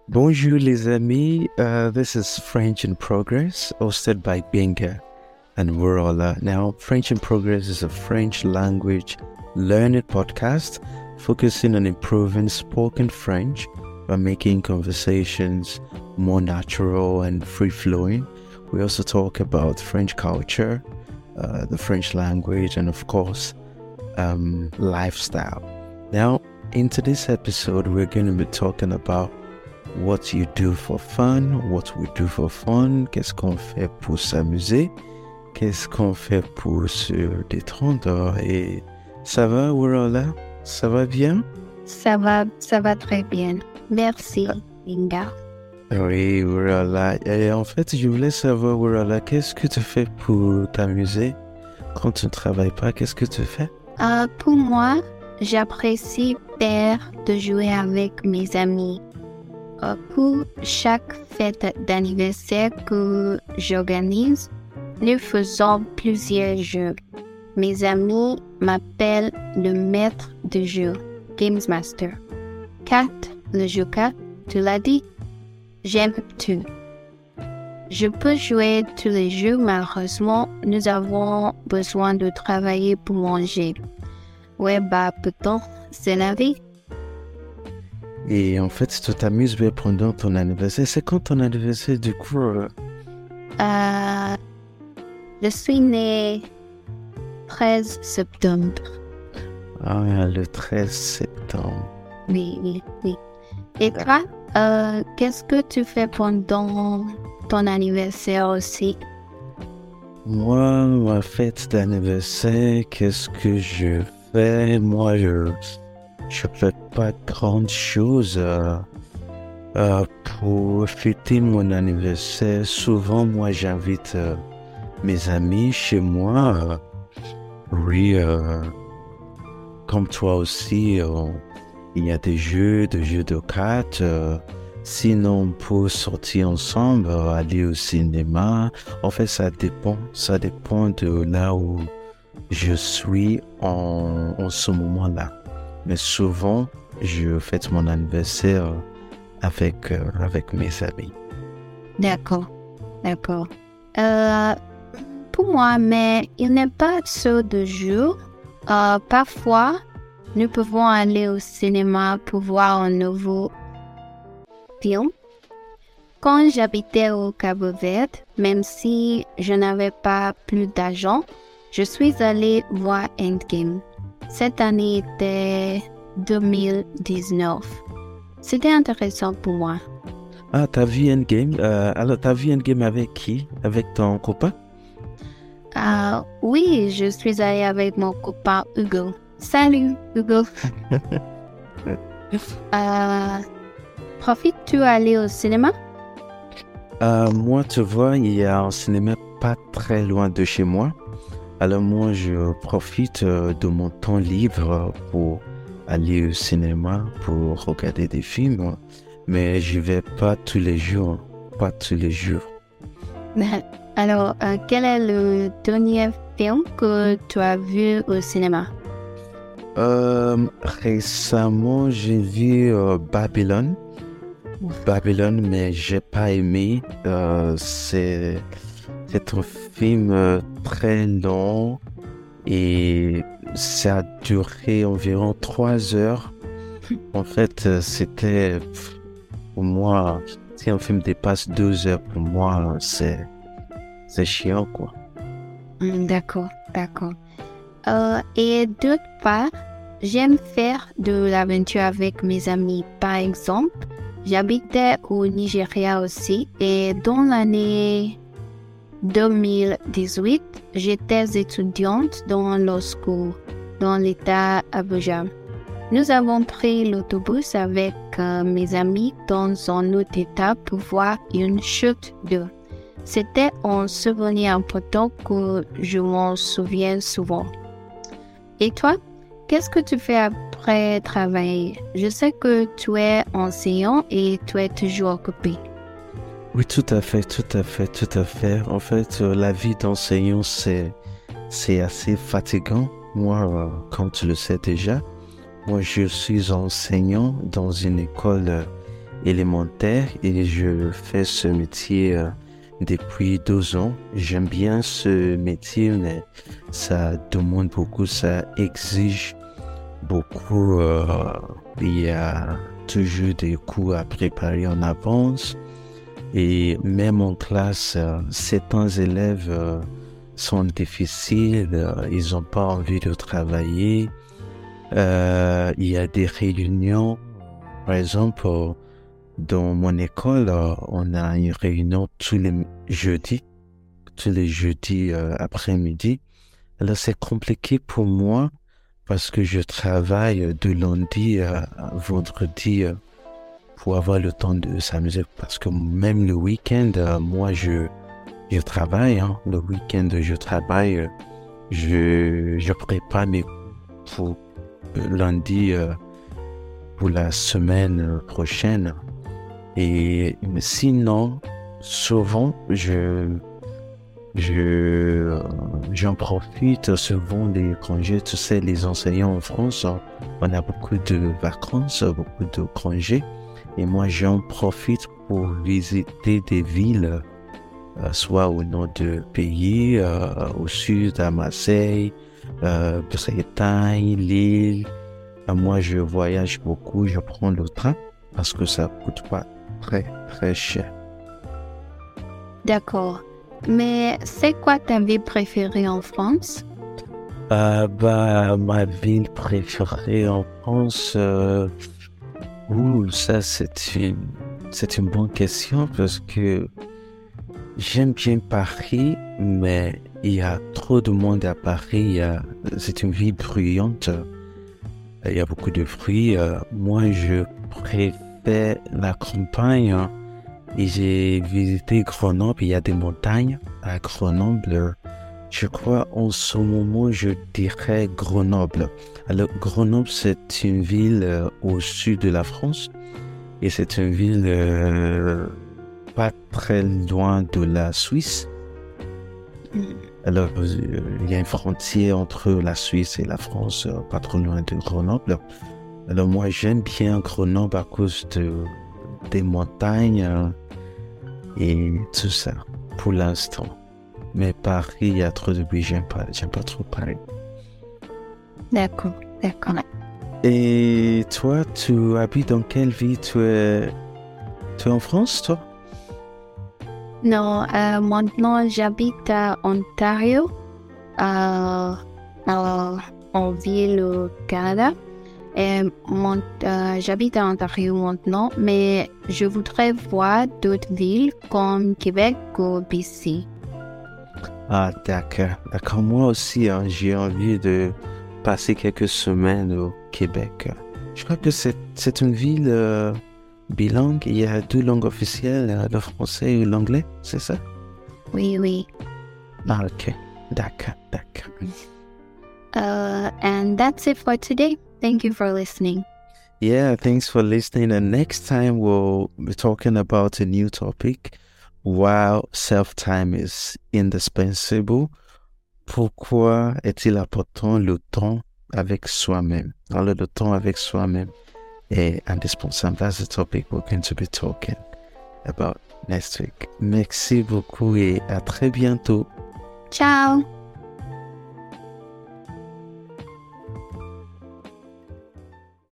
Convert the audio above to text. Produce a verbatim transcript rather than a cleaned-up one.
Bonjour les amis, uh, this is French in Progress, hosted by Benga and Wurola. Now, French in Progress is a French language learning podcast focusing on improving spoken French by making conversations more natural and free-flowing. We also talk about French culture, uh, the French language, and of course, um, lifestyle. Now, in today's episode, we're going to be talking about what you do for fun, what we do for fun, qu'est-ce qu'on fait pour s'amuser, qu'est-ce qu'on fait pour se détendre. Et ça va, Wurola? Ça va bien? Ça va, ça va très bien. Merci, Linda. Oui, Wurola. Et en fait, je voulais savoir, Wurola, qu'est-ce que tu fais pour t'amuser? Quand tu ne travailles pas, qu'est-ce que tu fais? Euh, pour moi, j'apprécie faire de jouer avec mes amis. Euh, pour chaque fête d'anniversaire que j'organise, nous faisons plusieurs jeux. Mes amis m'appellent le maître de jeu, Games Master. Quatre, le jeu quatre, tu l'as dit, j'aime tout. Je peux jouer tous les jeux, malheureusement, nous avons besoin de travailler pour manger. Ouais, bah, peut-être, c'est la vie. Et en fait, tu t'amuses bien pendant ton anniversaire. C'est quand ton anniversaire, du coup? Euh... Euh, je suis née treize septembre. Ah, le treize septembre. Oui, oui, oui. Et toi, euh, qu'est-ce que tu fais pendant ton anniversaire aussi? Moi, ma fête d'anniversaire, qu'est-ce que je fais? Moi, je je fais pas grande chose euh, euh, pour fêter mon anniversaire. Souvent, moi, j'invite euh, mes amis chez moi. Euh, oui, euh, comme toi aussi, euh, il y a des jeux, des jeux de cartes. Euh, sinon, pour sortir ensemble, euh, aller au cinéma. En fait, ça dépend. Ça dépend de là où je suis en, en ce moment-là. Mais souvent, je fête mon anniversaire avec, euh, avec mes amis. D'accord, d'accord. Euh, pour moi, mais il n'est pas seul de jour. Euh, parfois, nous pouvons aller au cinéma pour voir un nouveau film. Quand j'habitais au Cap-Vert, même si je n'avais pas plus d'argent, je suis allée voir Endgame. Cette année était deux mille dix-neuf. C'était intéressant pour moi. Ah, t'as vu Endgame? Euh, alors, t'as vu Endgame avec qui? Avec ton copain? Euh, oui, je suis allée avec mon copain Hugo. Salut, Hugo. euh, profites-tu aller au cinéma? Euh, moi, tu vois, il y a un cinéma pas très loin de chez moi. Alors moi, je profite euh, de mon temps libre pour aller au cinéma, pour regarder des films. Mais je vais pas tous les jours, pas tous les jours. Alors, euh, quel est le dernier film que tu as vu au cinéma? Euh, récemment, j'ai vu euh, Babylone. Babylone, mais j'ai pas aimé. Euh, c'est... C'est un film euh, très long et ça a duré environ trois heures. En fait, euh, c'était, pour moi, si un film dépasse deux heures, pour moi, c'est, c'est chiant, quoi. D'accord, d'accord. Euh, et d'autre part, j'aime faire de l'aventure avec mes amis. Par exemple, j'habitais au Nigeria aussi et dans l'année deux mille dix-huit, j'étais étudiante dans law school, dans l'état Abuja. Nous avons pris l'autobus avec euh, mes amis dans un autre état pour voir une chute d'eau. C'était un souvenir important que je m'en souviens souvent. Et toi, qu'est-ce que tu fais après travailler? Je sais que tu es enseignant et tu es toujours occupé. Oui, tout à fait, tout à fait, tout à fait. En fait, euh, la vie d'enseignant, c'est, c'est assez fatigant. Moi, euh, comme tu le sais déjà, moi, je suis enseignant dans une école euh, élémentaire et je fais ce métier euh, depuis deux ans. J'aime bien ce métier, mais ça demande beaucoup, ça exige beaucoup. Euh, il y a toujours des cours à préparer en avance. Et même en classe, euh, certains élèves euh, sont difficiles, euh, ils n'ont pas envie de travailler. Euh, il y a des réunions, par exemple, euh, dans mon école, euh, on a une réunion tous les jeudis, tous les jeudis euh, après-midi. Alors c'est compliqué pour moi parce que je travaille de lundi à vendredi euh, pour avoir le temps de s'amuser. Parce que même le week-end, euh, moi je je travaille. Hein. Le week-end, je travaille. Euh, je je prépare mes pour euh, lundi euh, pour la semaine prochaine. Et mais sinon, souvent je je euh, j'en profite souvent des congés. Tu sais, les enseignants en France, on a beaucoup de vacances, beaucoup de congés. Et moi, j'en profite pour visiter des villes, euh, soit au nord du pays, euh, au sud, à Marseille, euh, Bretagne, Lille. Euh, moi, je voyage beaucoup, je prends le train parce que ça coûte pas très, très cher. D'accord. Mais c'est quoi ta ville préférée en France? Euh, bah, ma ville préférée en France, euh, ouh, ça c'est une, c'est une bonne question parce que j'aime bien Paris, mais il y a trop de monde à Paris. Il y a, c'est une ville bruyante. Il y a beaucoup de bruit. Euh, moi, je préfère la campagne. Hein. Et j'ai visité Grenoble. Il y a des montagnes à Grenoble. Je crois en ce moment, je dirais Grenoble. Alors, Grenoble, c'est une ville euh, au sud de la France. Et c'est une ville euh, pas très loin de la Suisse. Alors, euh, il y a une frontière entre la Suisse et la France, euh, pas trop loin de Grenoble. Alors, moi, j'aime bien Grenoble à cause de, des montagnes euh, et tout ça, pour l'instant. Mais Paris, il y a trop de bruit, j'aime pas, j'aime pas trop Paris. D'accord, d'accord. Et toi, tu habites dans quelle ville? Tu es, tu es en France, toi? Non, euh, maintenant j'habite à Ontario, euh, euh, en ville au Canada. Et mon, euh, j'habite à Ontario maintenant, mais je voudrais voir d'autres villes comme Québec ou B C. Ah, d'accord. D'accord. Moi aussi, hein, j'ai envie de passer quelques semaines au Québec. Je crois que c'est, c'est une ville euh, bilingue. Il y a deux langues officielles, le français et l'anglais, c'est ça? Oui, oui. Ah, ok. D'accord, d'accord. Uh, and that's it for today. Thank you for listening. Yeah, thanks for listening. And next time we'll be talking about a new topic. While self-time is indispensable, pourquoi est-il important le temps avec soi-même? Alors, le temps avec soi-même est indispensable. That's the topic we're going to be talking about next week. Merci beaucoup et à très bientôt. Ciao!